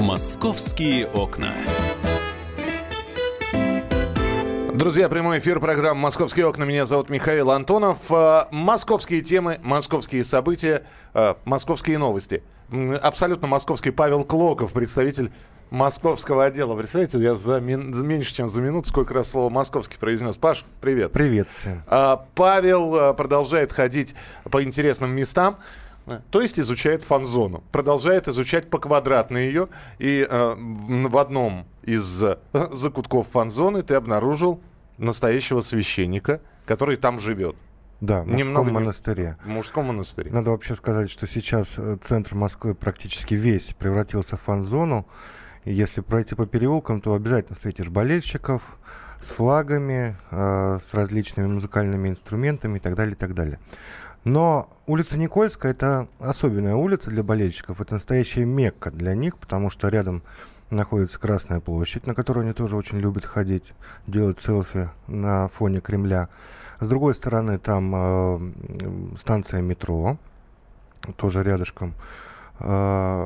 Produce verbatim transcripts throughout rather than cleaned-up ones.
«Московские окна». Друзья, прямой эфир программы «Московские окна». Меня зовут Михаил Антонов. Московские темы, московские события, московские новости. Абсолютно московский Павел Клоков, представитель московского отдела. Представляете, я за мин... меньше, чем за минуту сколько раз слово «московский» произнес. Паш, привет. Привет всем. Павел продолжает ходить по интересным местам. То есть изучает фан-зону, продолжает изучать поквадратно ее, и э, в одном из э, закутков фан-зоны ты обнаружил настоящего священника, который там живет. Да, в мужском Немного... монастыре. В мужском монастыре. Надо вообще сказать, что сейчас центр Москвы практически весь превратился в фан-зону. И если пройти по переулкам, то обязательно встретишь болельщиков с флагами, э, с различными музыкальными инструментами и так далее, и так далее. Но улица Никольская — это особенная улица для болельщиков, это настоящая Мекка для них, потому что рядом находится Красная площадь, на которую они тоже очень любят ходить, делать селфи на фоне Кремля. С другой стороны, там э, станция метро, тоже рядышком. Э,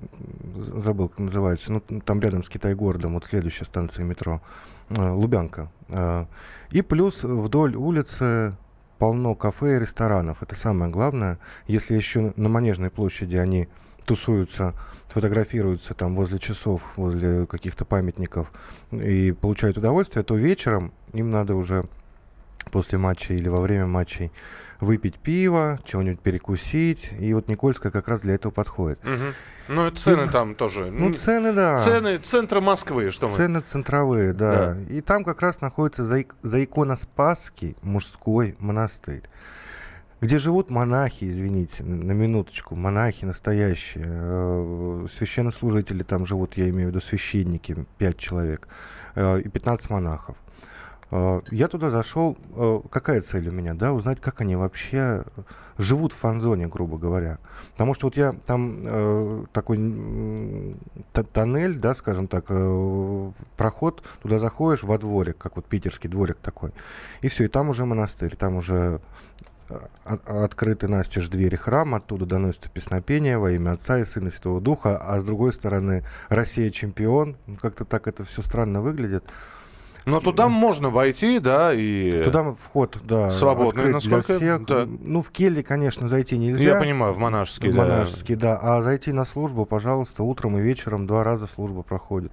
забыл, как называется. Ну, там рядом с Китай-городом, вот следующая станция метро, э, Лубянка. Э, и плюс вдоль улицы полно кафе и ресторанов. Это самое главное. Если еще на Манежной площади они тусуются, фотографируются там возле часов, возле каких-то памятников и получают удовольствие, то вечером им надо уже после матча или во время матчей выпить пиво, чего-нибудь перекусить. И вот Никольская как раз для этого подходит. Угу. Ну, и цены и, там тоже. Ну, цены, да. Цены центра Москвы, что мы... Цены центровые, да. да. И там как раз находится за, за иконоспасский мужской монастырь, где живут монахи, извините, на минуточку, монахи настоящие. Э, священнослужители там живут, я имею в виду священники, пять человек, э, и пятнадцать монахов. Я туда зашел, какая цель у меня, да, узнать, как они вообще живут в фан-зоне, грубо говоря. Потому что вот я там э, такой т- тоннель, да, скажем так, э, проход, туда заходишь во дворик, как вот питерский дворик такой, и все, и там уже монастырь, там уже от, открыты настежь двери храма, оттуда доносится песнопение во имя Отца и Сына и Святого Духа, а с другой стороны Россия чемпион, как-то так это все странно выглядит. Но туда можно войти, да, и... Туда вход, да, свободный, насколько для всех. Да. Ну, в келье, конечно, зайти нельзя. Я понимаю, в монашеский, в да. монашеский, да. А зайти на службу, пожалуйста, утром и вечером два раза служба проходит.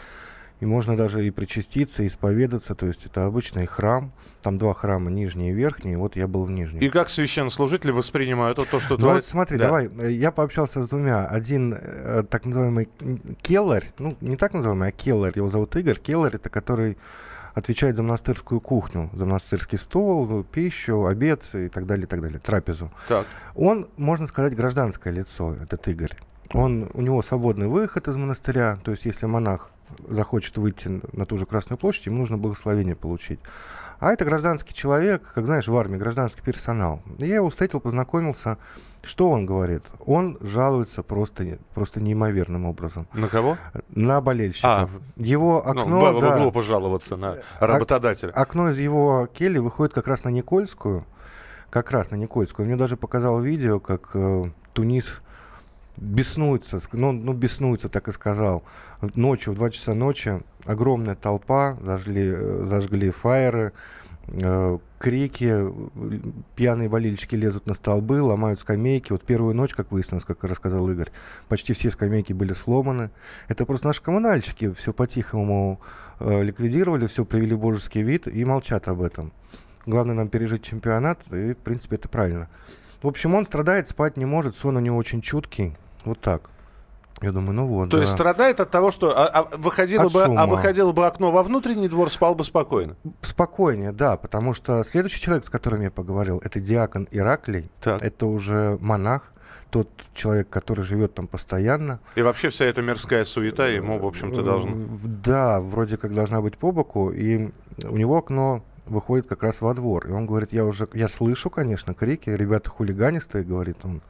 И можно даже и причаститься, и исповедаться. То есть это обычный храм. Там два храма, нижний и верхний. Вот я был в нижнем. И как священнослужители воспринимают то, то что ну, творится? Вот смотри, да. давай. Я пообщался с двумя. Один э, так называемый келларь. Ну, не так называемый, а келларь. Его зовут Игорь. Келларь — это который отвечает за монастырскую кухню, за монастырский стол, пищу, обед и так далее, и так далее, трапезу. Так. Он, можно сказать, гражданское лицо, этот Игорь. Он, у него свободный выход из монастыря, то есть если монах захочет выйти на ту же Красную площадь, ему нужно благословение получить. А это гражданский человек, как знаешь, в армии, гражданский персонал. Я его встретил, познакомился. Что он говорит? Он жалуется просто, просто неимоверным образом. На кого? На болельщиков. А, его окно... Ну, было да, бы глупо жаловаться на работодателя. Окно из его кельи выходит как раз на Никольскую. Как раз на Никольскую. Мне даже показал видео, как э, Тунис беснуется, ну, ну, беснуется, так и сказал. Ночью, в два часа ночи, огромная толпа, зажгли, зажгли фаеры, э, крики, пьяные болельщики лезут на столбы, ломают скамейки. Вот первую ночь, как выяснилось, как рассказал Игорь, почти все скамейки были сломаны. Это просто наши коммунальщики все по-тихому э, ликвидировали, все привели в божеский вид и молчат об этом. Главное нам пережить чемпионат, и, в принципе, это правильно. В общем, он страдает, спать не может, сон у него очень чуткий. Вот так. Я думаю, ну вот. То да. есть страдает от того, что а, а выходило бы, а выходило бы окно во внутренний двор, спал бы спокойно. Спокойнее, да, потому что следующий человек, с которым я поговорил, это диакон Ираклий. Так. Это уже монах, тот человек, который живет там постоянно. И вообще вся эта мирская суета ему, в общем-то, должна... Да, вроде как должна быть по боку. И у него окно выходит как раз во двор. И он говорит, я уже, я слышу, конечно, крики, ребята хулиганистые, говорит он,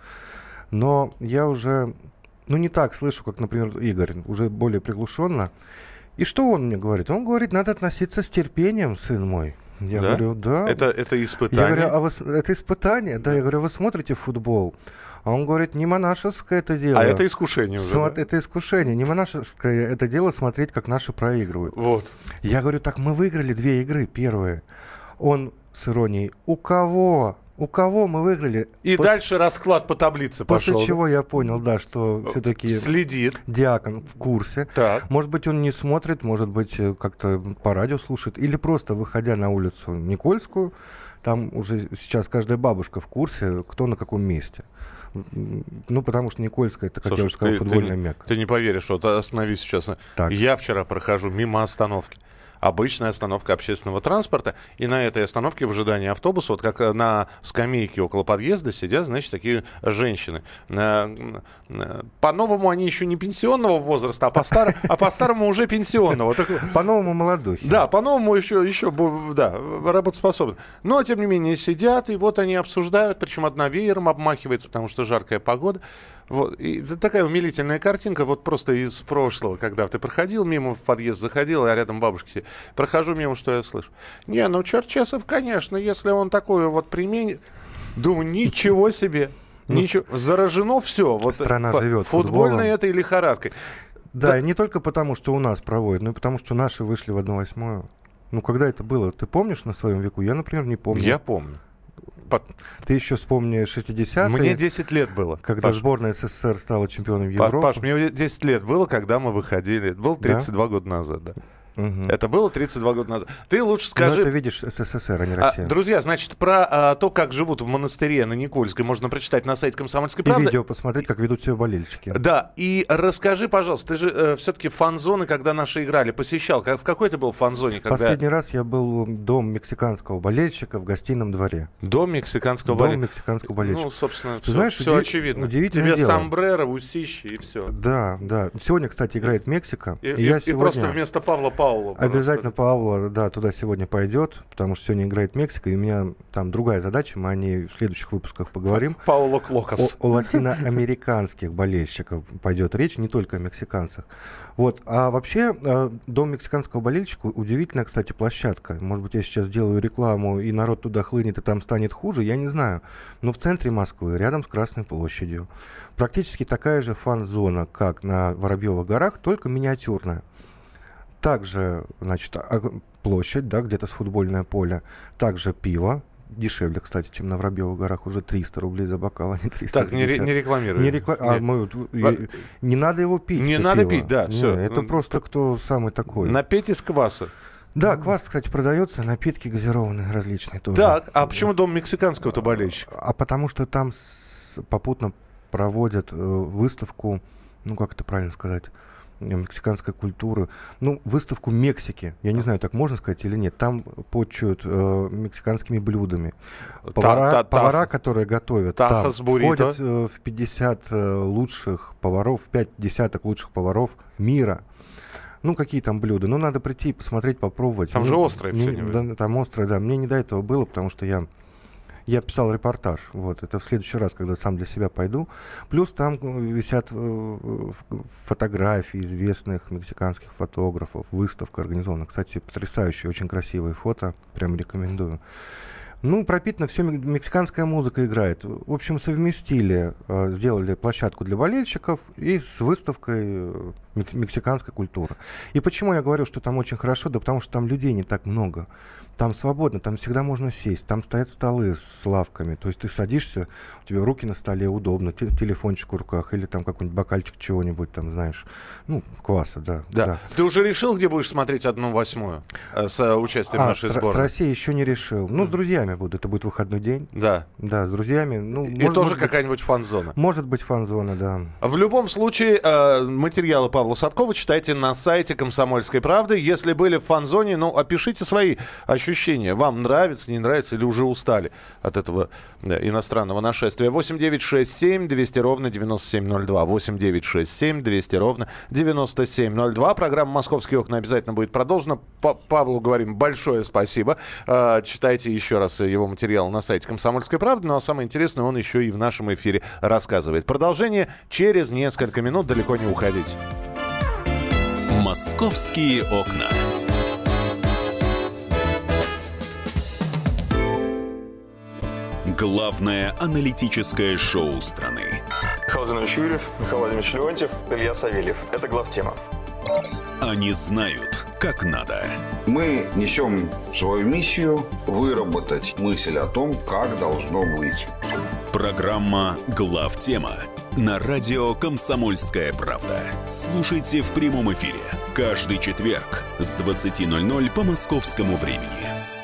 но я уже, ну, не так слышу, как, например, Игорь, уже более приглушенно. И что он мне говорит? Он говорит, надо относиться с терпением, сын мой. Я да? говорю, да. Это, это испытание? Я говорю, а вы, это испытание? Да, я говорю, вы смотрите футбол? А он говорит, не монашеское это дело. А это искушение уже, Смо- да? Это искушение. Не монашеское это дело смотреть, как наши проигрывают. Вот. Я говорю, так мы выиграли две игры первые. Он с иронией, у кого? У кого мы выиграли? И Пос- дальше расклад по таблице После пошел. чего я понял, да, что все-таки Следит. диакон в курсе. Так. Может быть, он не смотрит, может быть, э, как-то по радио слушает. Или просто, выходя на улицу Никольскую, там уже сейчас каждая бабушка в курсе, кто на каком месте. М, Ну, потому что Никольская, это, как Слушай, я уже сказал, ты- футбольная ты, мекка. Ты не поверишь, вот остановись сейчас. Так. Я вчера прохожу мимо остановки. Обычная остановка общественного транспорта. И на этой остановке в ожидании автобуса, вот как на скамейке около подъезда сидят, значит, такие женщины. Э, э, По-новому они еще не пенсионного возраста, а по-старому, а по-старому уже пенсионного. Так- По-новому молодухи. Да, по-новому еще, еще бу- да, работоспособны. Но, тем не менее, сидят, и вот они обсуждают, причем одна веером обмахивается, потому что жаркая погода. Вот. И это такая умилительная картинка, вот просто из прошлого, когда ты проходил мимо, в подъезд заходил, а рядом бабушка сидит. Прохожу мимо, что я слышу? Не, ну Черчесов, конечно, если он такое вот применит... Думаю, ничего себе. Ничего. Заражено все. Вот страна ф- живет футбольной футболом. этой лихорадкой. Да, и не только потому, что у нас проводят, но и потому, что наши вышли в одну восьмую. Ну, когда это было? Ты помнишь на своем веку? Я, например, не помню. Я помню. По- Ты еще вспомни шестидесятые, Мне десять лет было. когда Паш. сборная СССР стала чемпионом Па- Европы. Паш, мне десять лет было, когда мы выходили. Это было тридцать два года назад, да. Мгм. Это было тридцать два года назад. Ты лучше Но скажи... это, видишь, СССР, а не А, Россия. друзья, значит, про а, то, как живут в монастыре на Никольской, можно прочитать на сайте «Комсомольской И правды». видео посмотреть, как ведут себя болельщики. Да, и расскажи, пожалуйста, ты же э, все-таки фан-зоны, когда наши играли, посещал. Как- в какой ты был фан-зоне, когда... Последний раз я был в дом мексиканского болельщика в гостином дворе. Дом мексиканского Дом болельщика. мексиканского болельщика. Ну, собственно, Ты все, знаешь, все уди- очевидно. удивительное Тебе дело. сомбреро, усищи и все. Да, да. Сегодня, кстати, играет Мексика. И, и и- я и сегодня... просто вместо Павла Паула. Обязательно Паула, да, туда сегодня пойдет, потому что сегодня играет Мексика, и у меня там другая задача, мы о ней в следующих выпусках поговорим. Пауло Клокас. О, о латиноамериканских болельщиках пойдет речь, не только о мексиканцах. Вот. А вообще, э, дом мексиканского болельщика удивительная, кстати, площадка. Может быть, я сейчас сделаю рекламу, и народ туда хлынет, и там станет хуже, я не знаю. Но в центре Москвы, рядом с Красной площадью, практически такая же фан-зона, как на Воробьевых горах, только миниатюрная. Также, значит, а- площадь, да, где-то с футбольное поле. Также пиво. Дешевле, кстати, чем на Воробьевых горах. Уже триста рублей за бокал, а не триста Так, не, ре- пятьдесят. не рекламируй. Не, рекла- а, Нет. мы вот, Во- и- не надо его пить. Не это надо пиво. пить, да, Не, всё. Это Ну, просто кто самый такой. Напейте с кваса. Да, квас, кстати, продается, напитки газированные различные тоже. Так, а почему дом мексиканского-то болельщика? А потому что там с- попутно проводят э, выставку, ну как это правильно сказать, э, мексиканской культуры, ну выставку Мексики. Я не знаю, так можно сказать или нет. Там почуют э, мексиканскими блюдами. Повара, Та- та- повара, таф- которые готовят, Тахос, там буррито. входят э, в пятьдесят э, лучших поваров, в пять десяток лучших поваров мира. Ну, какие там блюда? Ну, надо прийти, посмотреть, попробовать. Там Ну, же острое мне- всё, не да, там острое, да. Мне не до этого было, потому что я, я писал репортаж. Вот. Это в следующий раз, когда сам для себя пойду. Плюс там э, висят э, ф- фотографии известных мексиканских фотографов. Выставка организована. Кстати, потрясающие, очень красивые фото. Прям рекомендую. Ну, пропитана все, мексиканская музыка играет. В общем, совместили, э, сделали площадку для болельщиков и с выставкой э, мек- мексиканской культуры. И почему я говорю, что там очень хорошо? Да потому что там людей не так много. Там свободно, там всегда можно сесть. Там стоят столы с лавками. То есть ты садишься, у тебя руки на столе, удобно, те- телефончик в руках или там какой-нибудь бокальчик чего-нибудь, там, знаешь, ну, кваса, да. Да. Ты уже решил, где будешь смотреть одну восьмую э, с э, участием А, нашей с, Ро- с сборной? Россией еще не решил. Ну, с друзьями буду. Это будет выходной день. Да. Да, с друзьями. Ну, И может- тоже может быть, какая-нибудь фан-зона. Может быть, фан-зона, да. В любом случае, э, материалы Павла Садкова читайте на сайте «Комсомольской правды». Если были в фан-зоне, ну, опишите свои ощущения. Вам нравится, не нравится или уже устали от этого э, иностранного нашествия. восемь девять шесть семь двести ровно девяносто семь ноль два. восемь девять шесть семь двести ровно девяносто семь ноль два. Программа «Московские окна» обязательно будет продолжена. Па- Павлу говорим большое спасибо. Э, читайте еще раз его материал на сайте «Комсомольской правды». Ну, а самое интересное, он еще и в нашем эфире рассказывает. Продолжение через несколько минут. Далеко не уходите. «Московские окна». Главное аналитическое шоу страны. Михаил Владимирович Юрьев, Михаил Владимирович Леонтьев, Илья Савельев. Это главтема. Они знают, как надо. Мы несем свою миссию выработать мысль о том, как должно быть. Программа «Главтема» на радио «Комсомольская правда». Слушайте в прямом эфире каждый четверг с двадцати ноль-ноль по московскому времени.